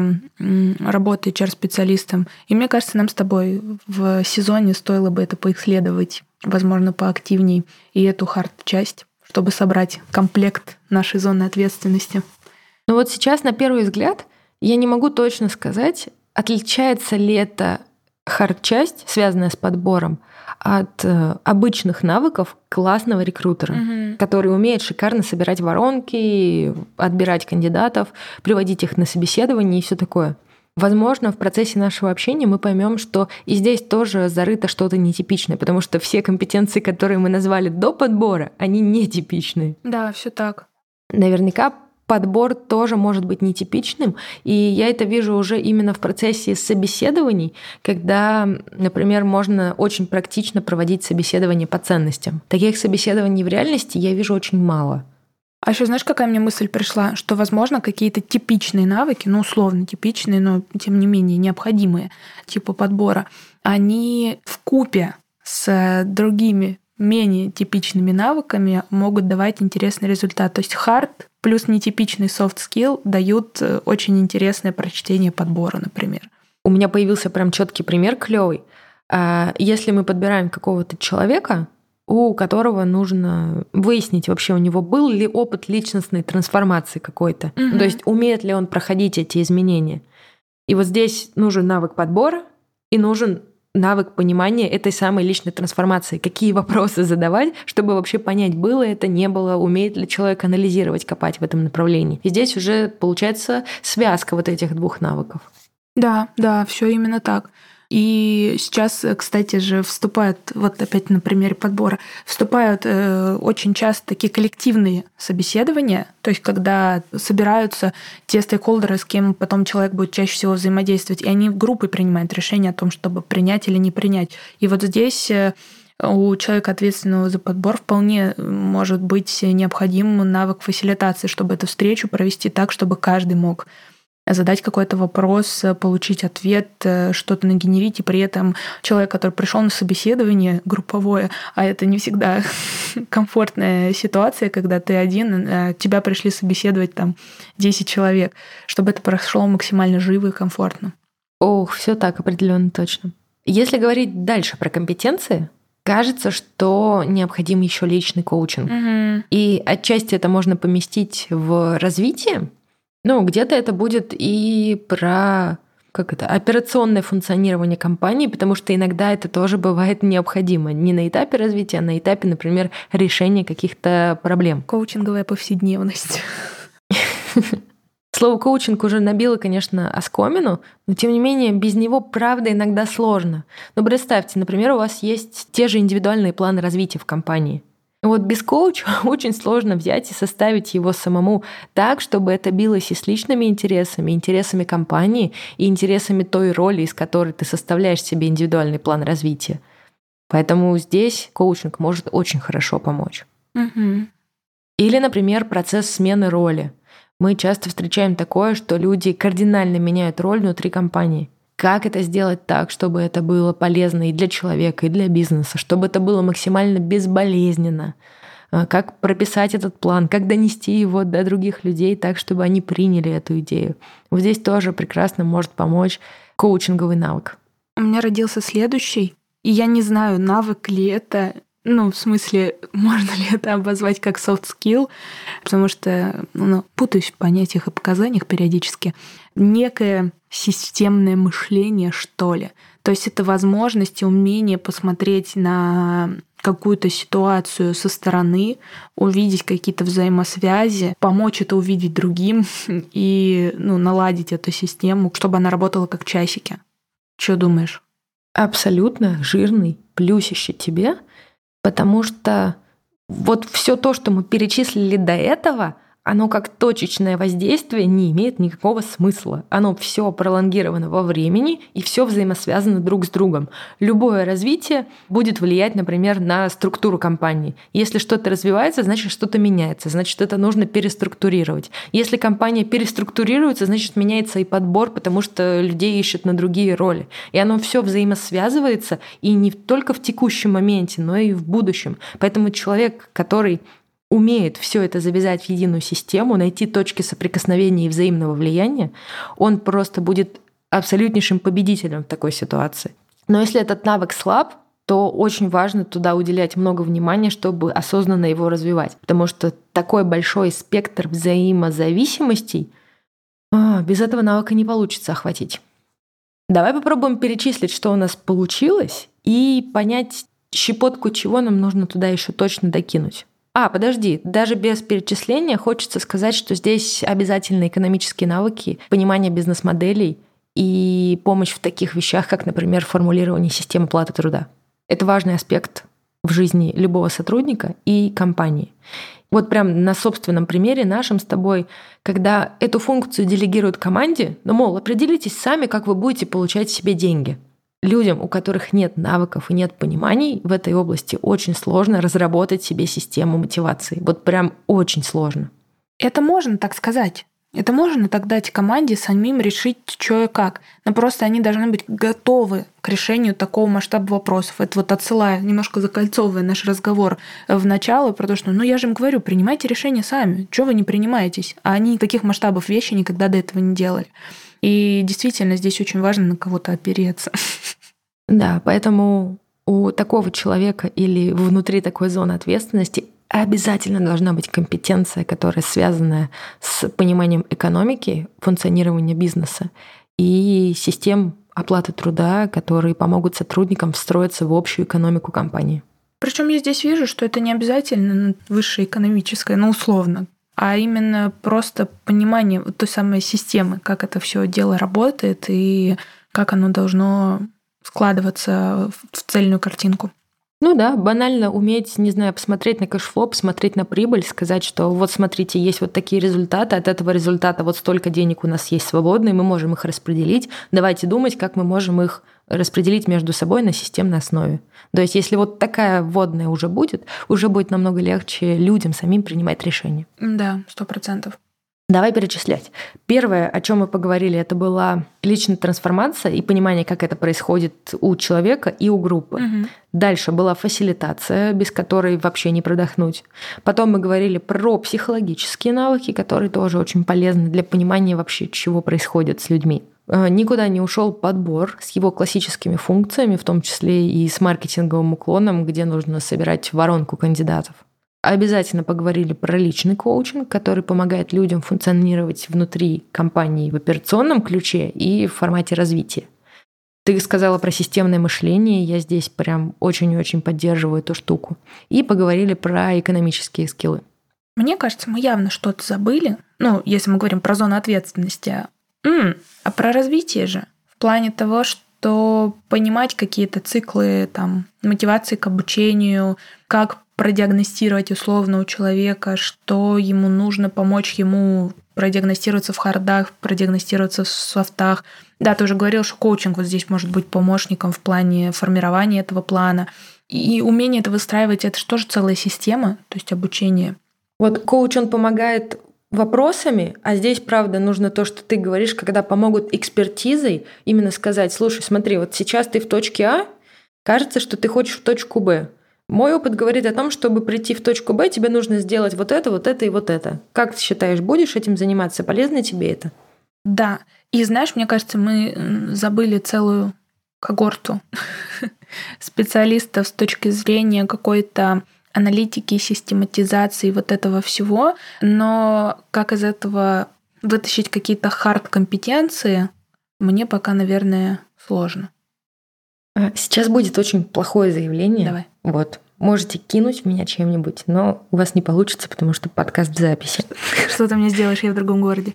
работы эйч ар-специалистом. И мне кажется, нам с тобой в сезоне стоило бы это поисследовать, возможно, поактивней, и эту хард-часть, чтобы собрать комплект нашей зоны ответственности. Ну вот сейчас, на первый взгляд, я не могу точно сказать, отличается ли это хард-часть, связанная с подбором, от э, обычных навыков классного рекрутера, угу. который умеет шикарно собирать воронки, отбирать кандидатов, приводить их на собеседование и все такое. Возможно, в процессе нашего общения мы поймем, что и здесь тоже зарыто что-то нетипичное, потому что все компетенции, которые мы назвали до подбора, они нетипичные. Да, все так. Наверняка подбор тоже может быть нетипичным, и я это вижу уже именно в процессе собеседований, когда, например, можно очень практично проводить собеседование по ценностям. Таких собеседований в реальности я вижу очень мало. А еще знаешь, какая мне мысль пришла? Что, возможно, какие-то типичные навыки, ну, условно типичные, но тем не менее необходимые, типа подбора, они вкупе с другими менее типичными навыками могут давать интересный результат. То есть хард плюс нетипичный soft skill дают очень интересное прочтение подбора, например. У меня появился прям четкий пример клевый. Если мы подбираем какого-то человека, у которого нужно выяснить вообще, у него был ли опыт личностной трансформации какой-то, угу. то есть умеет ли он проходить эти изменения. И вот здесь нужен навык подбора и нужен навык понимания этой самой личной трансформации. Какие вопросы задавать, чтобы вообще понять, было это, не было, умеет ли человек анализировать, копать в этом направлении. И здесь уже получается связка вот этих двух навыков. Да, да, все именно так. И сейчас, кстати же, вступают, вот опять на примере подбора, вступают э, очень часто такие коллективные собеседования, то есть когда собираются те стейкхолдеры, с кем потом человек будет чаще всего взаимодействовать, и они в группе принимают решение о том, чтобы принять или не принять. И вот здесь у человека, ответственного за подбор, вполне может быть необходим навык фасилитации, чтобы эту встречу провести так, чтобы каждый мог задать какой-то вопрос, получить ответ, что-то нагенерить, и при этом человек, который пришел на собеседование групповое, а это не всегда комфортная ситуация, когда ты один, а тебя пришли собеседовать там десять человек, чтобы это прошло максимально живо и комфортно. Ох, все так, определенно точно. Если говорить дальше про компетенции, кажется, что необходим еще личный коучинг. Угу. И отчасти это можно поместить в развитие. Ну, где-то это будет и про как это, операционное функционирование компании, потому что иногда это тоже бывает необходимо. Не на этапе развития, а на этапе, например, решения каких-то проблем. Коучинговая повседневность. Слово коучинг уже набило, конечно, оскомину, но тем не менее без него, правда, иногда сложно. Но представьте, например, у вас есть те же индивидуальные планы развития в компании. Вот без коуча очень сложно взять и составить его самому так, чтобы это билось и с личными интересами, интересами компании и интересами той роли, из которой ты составляешь себе индивидуальный план развития. Поэтому здесь коучинг может очень хорошо помочь. Угу. Или, например, процесс смены роли. Мы часто встречаем такое, что люди кардинально меняют роль внутри компании. Как это сделать так, чтобы это было полезно и для человека, и для бизнеса, чтобы это было максимально безболезненно, как прописать этот план, как донести его до других людей так, чтобы они приняли эту идею. Вот здесь тоже прекрасно может помочь коучинговый навык. У меня родился следующий, и я не знаю, навык ли это, ну, в смысле, можно ли это обозвать как soft skill, потому что ну, путаюсь в понятиях и показаниях периодически. Некое системное мышление, что ли. То есть это возможность и умение посмотреть на какую-то ситуацию со стороны, увидеть какие-то взаимосвязи, помочь это увидеть другим и ну, наладить эту систему, чтобы она работала как часики. Что думаешь? Абсолютно жирный плюсище тебе, потому что вот все то, что мы перечислили до этого, оно как точечное воздействие не имеет никакого смысла. Оно все пролонгировано во времени и все взаимосвязано друг с другом. Любое развитие будет влиять, например, на структуру компании. Если что-то развивается, значит, что-то меняется, значит, это нужно переструктурировать. Если компания переструктурируется, значит, меняется и подбор, потому что людей ищут на другие роли. И оно все взаимосвязывается и не только в текущем моменте, но и в будущем. Поэтому человек, который умеет все это завязать в единую систему, найти точки соприкосновения и взаимного влияния, он просто будет абсолютнейшим победителем в такой ситуации. Но если этот навык слаб, то очень важно туда уделять много внимания, чтобы осознанно его развивать. Потому что такой большой спектр взаимозависимостей а, без этого навыка не получится охватить. Давай попробуем перечислить, что у нас получилось, и понять щепотку, чего нам нужно туда еще точно докинуть. А, подожди, даже без перечисления хочется сказать, что здесь обязательно экономические навыки, понимание бизнес-моделей и помощь в таких вещах, как, например, формулирование системы платы труда. Это важный аспект в жизни любого сотрудника и компании. Вот прям на собственном примере нашем с тобой, когда эту функцию делегируют команде, ну, мол, определитесь сами, как вы будете получать себе деньги. Людям, у которых нет навыков и нет пониманий в этой области, очень сложно разработать себе систему мотивации. Вот прям очень сложно. Это можно так сказать. Это можно так дать команде самим решить, что и как. Но просто они должны быть готовы к решению такого масштаба вопросов. Это вот отсылая, немножко закольцовывая наш разговор в начало про то, что ну я же им говорю, принимайте решения сами. Чего вы не принимаетесь? А они таких масштабов вещи никогда до этого не делали. И действительно здесь очень важно на кого-то опереться. Да, поэтому у такого человека или внутри такой зоны ответственности обязательно должна быть компетенция, которая связана с пониманием экономики, функционирования бизнеса и систем оплаты труда, которые помогут сотрудникам встроиться в общую экономику компании. Причем я здесь вижу, что это не обязательно высшее экономическое, но условно, а именно просто понимание вот той самой системы, как это все дело работает и как оно должно складываться в цельную картинку. Ну да, банально уметь, не знаю, посмотреть на кэшфлоу, посмотреть на прибыль, сказать, что вот смотрите, есть вот такие результаты, от этого результата вот столько денег у нас есть свободные, мы можем их распределить, давайте думать, как мы можем их распределить между собой на системной основе. То есть если вот такая вводная уже будет, уже будет намного легче людям самим принимать решения. Да, сто процентов. Давай перечислять. Первое, о чем мы поговорили, это была личная трансформация и понимание, как это происходит у человека и у группы. Угу. Дальше была фасилитация, без которой вообще не продохнуть. Потом мы говорили про психологические навыки, которые тоже очень полезны для понимания вообще, чего происходит с людьми. Никуда не ушел подбор с его классическими функциями, в том числе и с маркетинговым уклоном, где нужно собирать воронку кандидатов. Обязательно поговорили про личный коучинг, который помогает людям функционировать внутри компании в операционном ключе и в формате развития. Ты сказала про системное мышление, я здесь прям очень-очень поддерживаю эту штуку. И поговорили про экономические скиллы. Мне кажется, мы явно что-то забыли. Ну, если мы говорим про зону ответственности. М-м, а про развитие же. В плане того, что понимать какие-то циклы там, мотивации к обучению, как продиагностировать условно у человека, что ему нужно, помочь ему продиагностироваться в хардах, продиагностироваться в софтах. Да, ты уже говорил, что коучинг вот здесь может быть помощником в плане формирования этого плана. И умение это выстраивать, это же тоже целая система, то есть обучение. Вот коуч, он помогает вопросами, а здесь, правда, нужно то, что ты говоришь, когда помогут экспертизой, именно сказать, слушай, смотри, вот сейчас ты в точке А, кажется, что ты хочешь в точку Б. Мой опыт говорит о том, чтобы прийти в точку Б, тебе нужно сделать вот это, вот это и вот это. Как ты считаешь, будешь этим заниматься? Полезно тебе это? Да. И знаешь, мне кажется, мы забыли целую когорту специалистов с точки зрения какой-то аналитики, систематизации вот этого всего. Но как из этого вытащить какие-то хард-компетенции, мне пока, наверное, сложно. Сейчас будет очень плохое заявление. Давай. Вот. Можете кинуть в меня чем-нибудь, но у вас не получится, потому что подкаст в записи. Что ты мне сделаешь, я в другом городе?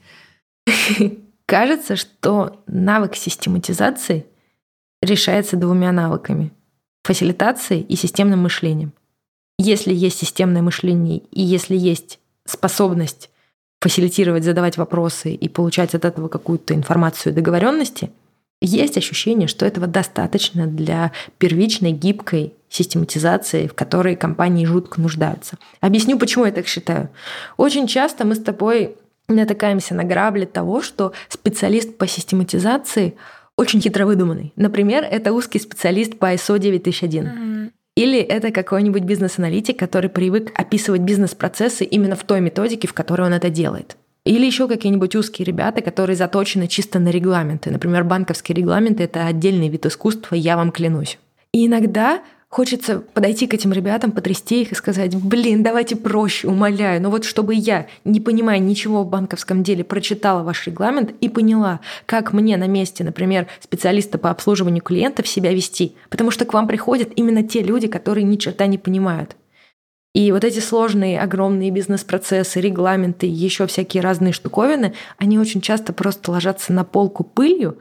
Кажется, что навык систематизации решается двумя навыками – фасилитацией и системным мышлением. Если есть системное мышление и если есть способность фасилитировать, задавать вопросы и получать от этого какую-то информацию, договоренности, есть ощущение, что этого достаточно для первичной гибкой систематизации, в которой компании жутко нуждаются. Объясню, почему я так считаю. Очень часто мы с тобой натыкаемся на грабли того, что специалист по систематизации очень хитро выдуманный. Например, это узкий специалист по ай эс о девять тысяч один. Mm-hmm. Или это какой-нибудь бизнес-аналитик, который привык описывать бизнес-процессы именно в той методике, в которой он это делает. Или еще какие-нибудь узкие ребята, которые заточены чисто на регламенты. Например, банковские регламенты — это отдельный вид искусства, я вам клянусь. И иногда хочется подойти к этим ребятам, потрясти их и сказать: блин, давайте проще, умоляю. Но вот чтобы я, не понимая ничего в банковском деле, прочитала ваш регламент и поняла, как мне на месте, например, специалиста по обслуживанию клиентов себя вести. Потому что к вам приходят именно те люди, которые ни черта не понимают. И вот эти сложные, огромные бизнес-процессы, регламенты, еще всякие разные штуковины, они очень часто просто ложатся на полку пылью,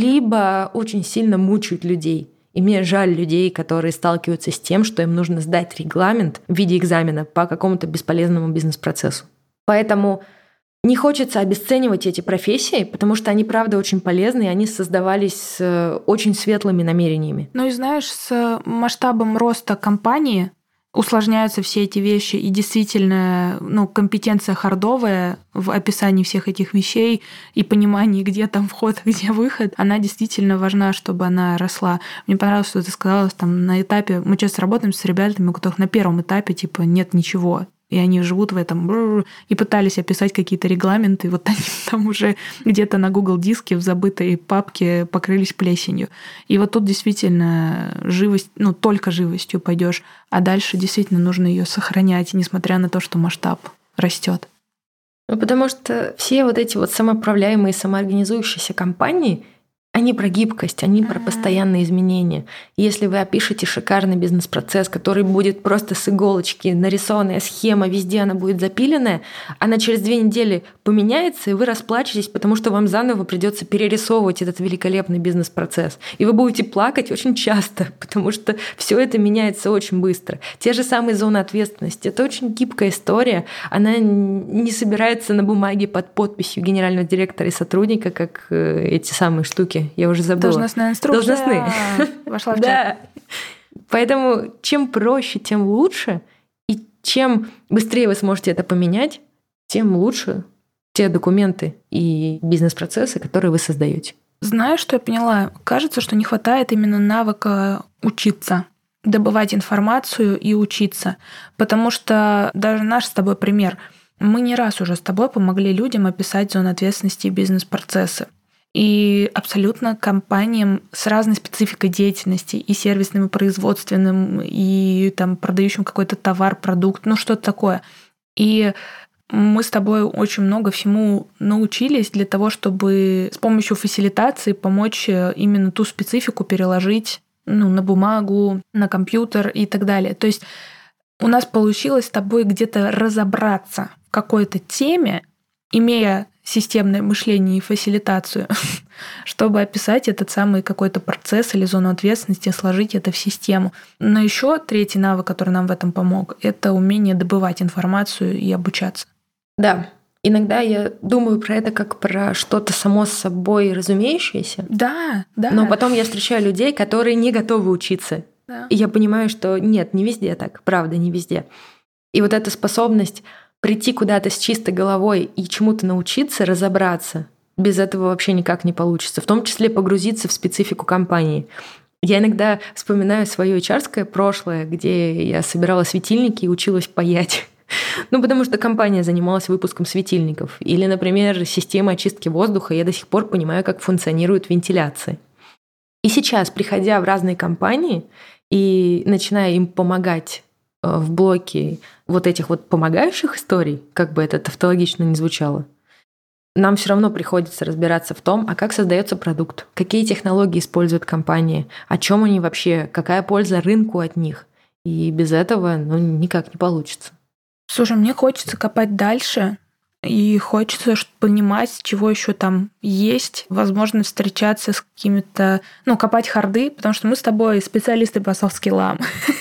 либо очень сильно мучают людей. И мне жаль людей, которые сталкиваются с тем, что им нужно сдать регламент в виде экзамена по какому-то бесполезному бизнес-процессу. Поэтому не хочется обесценивать эти профессии, потому что они, правда, очень полезны, и они создавались с очень светлыми намерениями. Ну и знаешь, с масштабом роста компании усложняются все эти вещи, и действительно, ну, компетенция хардовая в описании всех этих вещей и понимании, где там вход, где выход, она действительно важна, чтобы она росла. Мне понравилось, что ты сказала, там на этапе, мы часто работаем с ребятами, у которых на первом этапе типа нет ничего, и они живут в этом и пытались описать какие-то регламенты, и вот они там уже где-то на Google диске в забытой папке покрылись плесенью. И вот тут действительно живость, ну только живостью пойдешь, а дальше действительно нужно ее сохранять, несмотря на то, что масштаб растет. Ну, потому что все вот эти вот самоуправляемые, самоорганизующиеся компании, они про гибкость, они про постоянные изменения. Если вы опишете шикарный бизнес-процесс, который будет просто с иголочки, нарисованная схема, везде она будет запиленная, она через две недели поменяется, и вы расплачетесь, потому что вам заново придется перерисовывать этот великолепный бизнес-процесс. И вы будете плакать очень часто, потому что все это меняется очень быстро. Те же самые зоны ответственности. Это очень гибкая история. Она не собирается на бумаге под подписью генерального директора и сотрудника, как эти самые штуки. Я уже забыла. Должностная инструкция. Должностные. Вошла в чат. Да. Поэтому чем проще, тем лучше. И чем быстрее вы сможете это поменять, тем лучше те документы и бизнес-процессы, которые вы создаете. Знаешь, что я поняла? Кажется, что не хватает именно навыка учиться, добывать информацию и учиться. Потому что даже наш с тобой пример. Мы не раз уже с тобой помогли людям описать зону ответственности и бизнес-процессы. И абсолютно компаниям с разной спецификой деятельности, и сервисным, и производственным, и там продающим какой-то товар, продукт, ну что-то такое. И мы с тобой очень много всему научились для того, чтобы с помощью фасилитации помочь именно ту специфику переложить, ну, на бумагу, на компьютер и так далее. То есть у нас получилось с тобой где-то разобраться в какой-то теме, имея системное мышление и фасилитацию, чтобы описать этот самый какой-то процесс или зону ответственности, сложить это в систему. Но еще третий навык, который нам в этом помог, это умение добывать информацию и обучаться. Да. Иногда я думаю про это как про что-то само собой разумеющееся. Да, да. Но потом я встречаю людей, которые не готовы учиться. Да. И я понимаю, что нет, не везде так, правда, не везде. И вот эта способность прийти куда-то с чистой головой и чему-то научиться, разобраться, без этого вообще никак не получится. В том числе погрузиться в специфику компании. Я иногда вспоминаю свое эйч ар-ское прошлое, где я собирала светильники и училась паять. Ну, потому что компания занималась выпуском светильников. Или, например, система очистки воздуха. Я до сих пор понимаю, как функционирует вентиляция. И сейчас, приходя в разные компании и начиная им помогать в блоке вот этих вот помогающих историй, как бы это тавтологично ни звучало, нам все равно приходится разбираться в том, а как создается продукт, какие технологии используют компании, о чем они вообще, какая польза рынку от них. И без этого ну, никак не получится. Слушай, мне хочется копать дальше, и хочется понимать, чего еще там есть, возможно, встречаться с какими-то, ну, копать харды, потому что мы с тобой специалисты по софт-скиллам.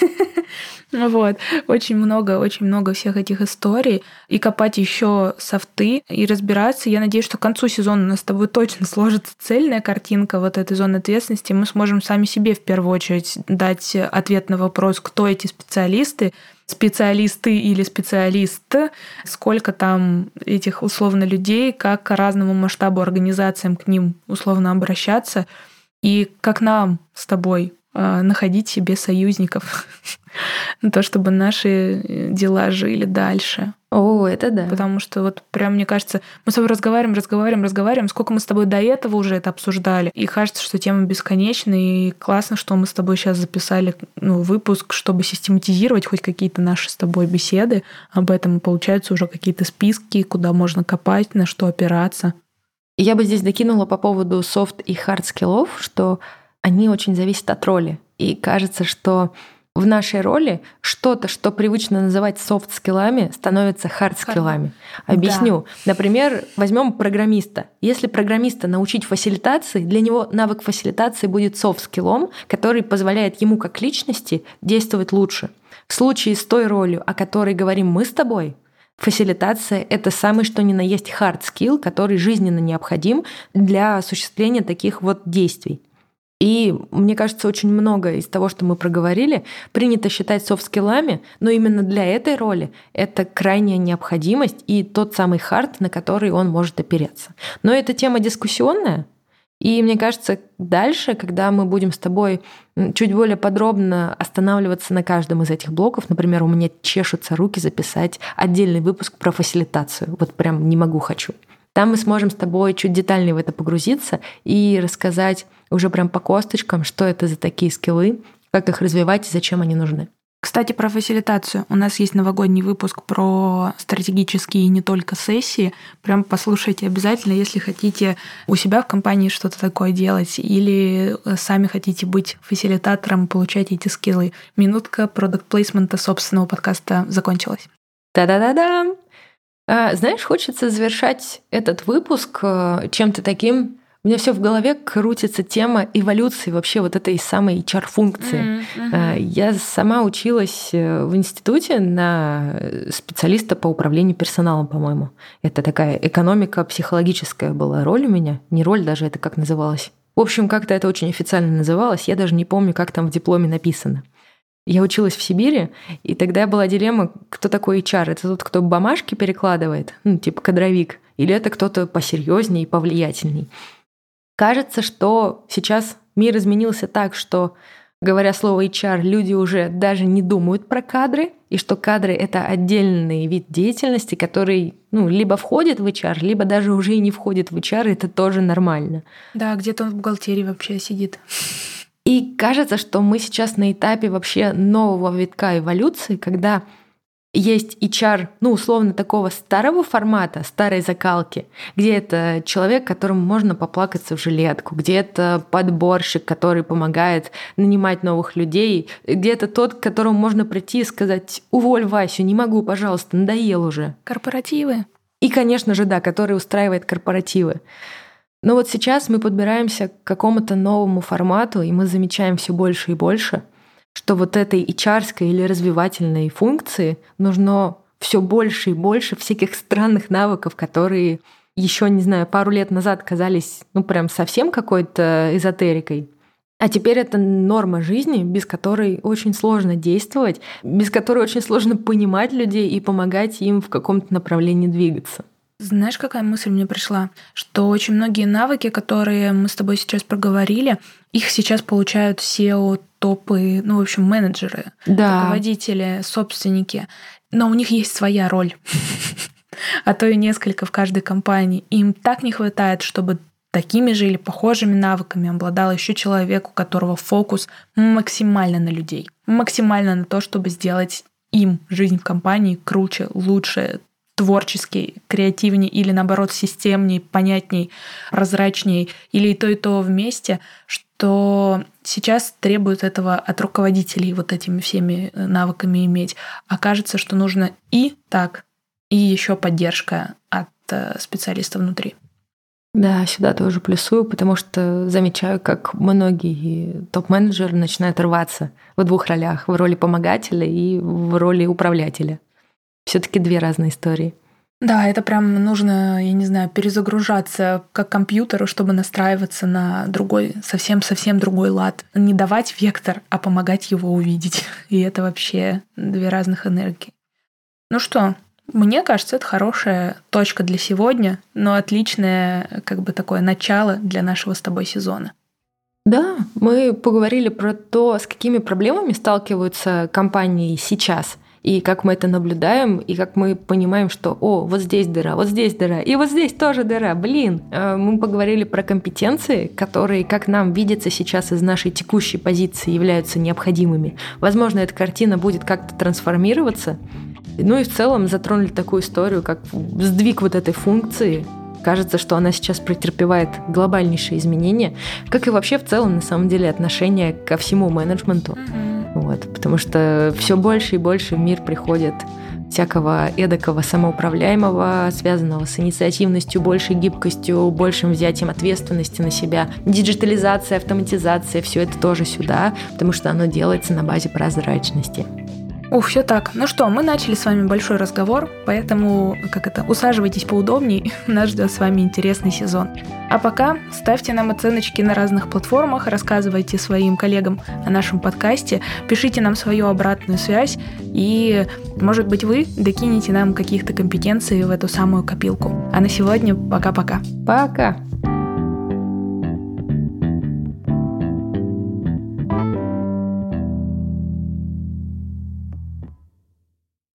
Вот. Очень много, очень много всех этих историй. И копать еще софты, и разбираться. Я надеюсь, что к концу сезона у нас с тобой точно сложится цельная картинка вот этой зоны ответственности. Мы сможем сами себе в первую очередь дать ответ на вопрос, кто эти специалисты, специалисты или специалист, сколько там этих условно людей, как к разному масштабу организациям к ним условно обращаться, и как нам с тобой находить себе союзников на то, чтобы наши дела жили дальше. О, это да. Потому что вот прям, мне кажется, мы с тобой разговариваем, разговариваем, разговариваем, сколько мы с тобой до этого уже это обсуждали, и кажется, что тема бесконечна, и классно, что мы с тобой сейчас записали ну, выпуск, чтобы систематизировать хоть какие-то наши с тобой беседы об этом, и получаются уже какие-то списки, куда можно копать, на что опираться. Я бы здесь докинула по поводу софт и хард скиллов, что они очень зависят от роли. И кажется, что в нашей роли что-то, что привычно называть софт-скиллами, становится хард-скиллами. Объясню. Да. Например, возьмем программиста. Если программиста научить фасилитации, для него навык фасилитации будет софт-скиллом, который позволяет ему как личности действовать лучше. В случае с той ролью, о которой говорим мы с тобой, фасилитация — это самый что ни на есть хард-скилл, который жизненно необходим для осуществления таких вот действий. И мне кажется, очень много из того, что мы проговорили, принято считать софт-скиллами, но именно для этой роли это крайняя необходимость и тот самый хард, на который он может опереться. Но эта тема дискуссионная, и мне кажется, дальше, когда мы будем с тобой чуть более подробно останавливаться на каждом из этих блоков, например, у меня чешутся руки записать отдельный выпуск про фасилитацию. Вот прям не могу, хочу. Там мы сможем с тобой чуть детальнее в это погрузиться и рассказать уже прям по косточкам, что это за такие скиллы, как их развивать и зачем они нужны. Кстати, про фасилитацию. У нас есть новогодний выпуск про стратегические и не только сессии. Прям послушайте обязательно, если хотите у себя в компании что-то такое делать или сами хотите быть фасилитатором, получать эти скиллы. Минутка продакт-плейсмента собственного подкаста закончилась. Та-да-да-да! А, знаешь, хочется завершать этот выпуск чем-то таким. У меня все в голове крутится тема эволюции вообще вот этой самой эйч ар-функции. Mm-hmm. Я сама училась в институте на специалиста по управлению персоналом, по-моему. Это такая экономика психологическая была роль у меня. Не роль даже, это как называлось. В общем, как-то это очень официально называлось. Я даже не помню, как там в дипломе написано. Я училась в Сибири, и тогда была дилемма, кто такой эйч ар. Это тот, кто бумажки перекладывает, ну, типа кадровик, или это кто-то посерьезнее и повлиятельней. Кажется, что сейчас мир изменился так, что, говоря слово эйч ар, люди уже даже не думают про кадры, и что кадры — это отдельный вид деятельности, который ну, либо входит в эйч ар, либо даже уже и не входит в эйч ар, и это тоже нормально. Да, где-то он в бухгалтерии вообще сидит. И кажется, что мы сейчас на этапе вообще нового витка эволюции, когда есть эйч ар, ну, условно, такого старого формата, старой закалки, где это человек, которому можно поплакаться в жилетку, где это подборщик, который помогает нанимать новых людей, где это тот, к которому можно прийти и сказать: уволь Васю, не могу, пожалуйста, надоел уже. Корпоративы. И, конечно же, да, который устраивает корпоративы. Но вот сейчас мы подбираемся к какому-то новому формату, и мы замечаем все больше и больше, что вот этой эйч ар-ской или развивательной функции нужно все больше и больше всяких странных навыков, которые еще, не знаю, пару лет назад казались ну прям совсем какой-то эзотерикой. А теперь это норма жизни, без которой очень сложно действовать, без которой очень сложно понимать людей и помогать им в каком-то направлении двигаться. Знаешь, какая мысль мне пришла? Что очень многие навыки, которые мы с тобой сейчас проговорили, их сейчас получают сео, топы, ну, в общем, менеджеры, Да. руководители, собственники. Но у них есть своя роль. А то и несколько в каждой компании. Им так не хватает, чтобы такими же или похожими навыками обладал еще человек, у которого фокус максимально на людей. Максимально на то, чтобы сделать им жизнь в компании круче, лучше, творческий, креативней или, наоборот, системней, понятней, прозрачней, или и то, и то вместе, что сейчас требует этого от руководителей вот этими всеми навыками иметь. А кажется, что нужно и так, и еще поддержка от специалиста внутри. Да, сюда тоже плюсую, потому что замечаю, как многие топ-менеджеры начинают рваться в двух ролях, в роли помогателя и в роли управлятеля. Все-таки две разные истории. Да, это прям нужно, я не знаю, перезагружаться как компьютеру, чтобы настраиваться на другой, совсем-совсем другой лад. Не давать вектор, а помогать его увидеть. И это вообще две разных энергии. Ну что, мне кажется, это хорошая точка для сегодня, но отличное как бы такое начало для нашего с тобой сезона. Да, мы поговорили про то, с какими проблемами сталкиваются компании сейчас, и как мы это наблюдаем, и как мы понимаем, что «О, вот здесь дыра, вот здесь дыра, и вот здесь тоже дыра, блин». Мы поговорили про компетенции, которые, как нам видится сейчас из нашей текущей позиции, являются необходимыми. Возможно, эта картина будет как-то трансформироваться. Ну и в целом затронули такую историю, как сдвиг вот этой функции. Кажется, что она сейчас претерпевает глобальнейшие изменения, как и вообще в целом, на самом деле, отношение ко всему менеджменту. Mm-hmm. Вот, потому что все больше и больше в мир приходит всякого эдакого самоуправляемого, связанного с инициативностью, большей гибкостью, большим взятием ответственности на себя. Диджитализация, автоматизация, все это тоже сюда, потому что оно делается на базе прозрачности. Ух, все так. Ну что, мы начали с вами большой разговор, поэтому, как это, усаживайтесь поудобнее, нас ждет с вами интересный сезон. А пока ставьте нам оценочки на разных платформах, рассказывайте своим коллегам о нашем подкасте, пишите нам свою обратную связь, и, может быть, вы докинете нам каких-то компетенций в эту самую копилку. А на сегодня пока-пока. Пока!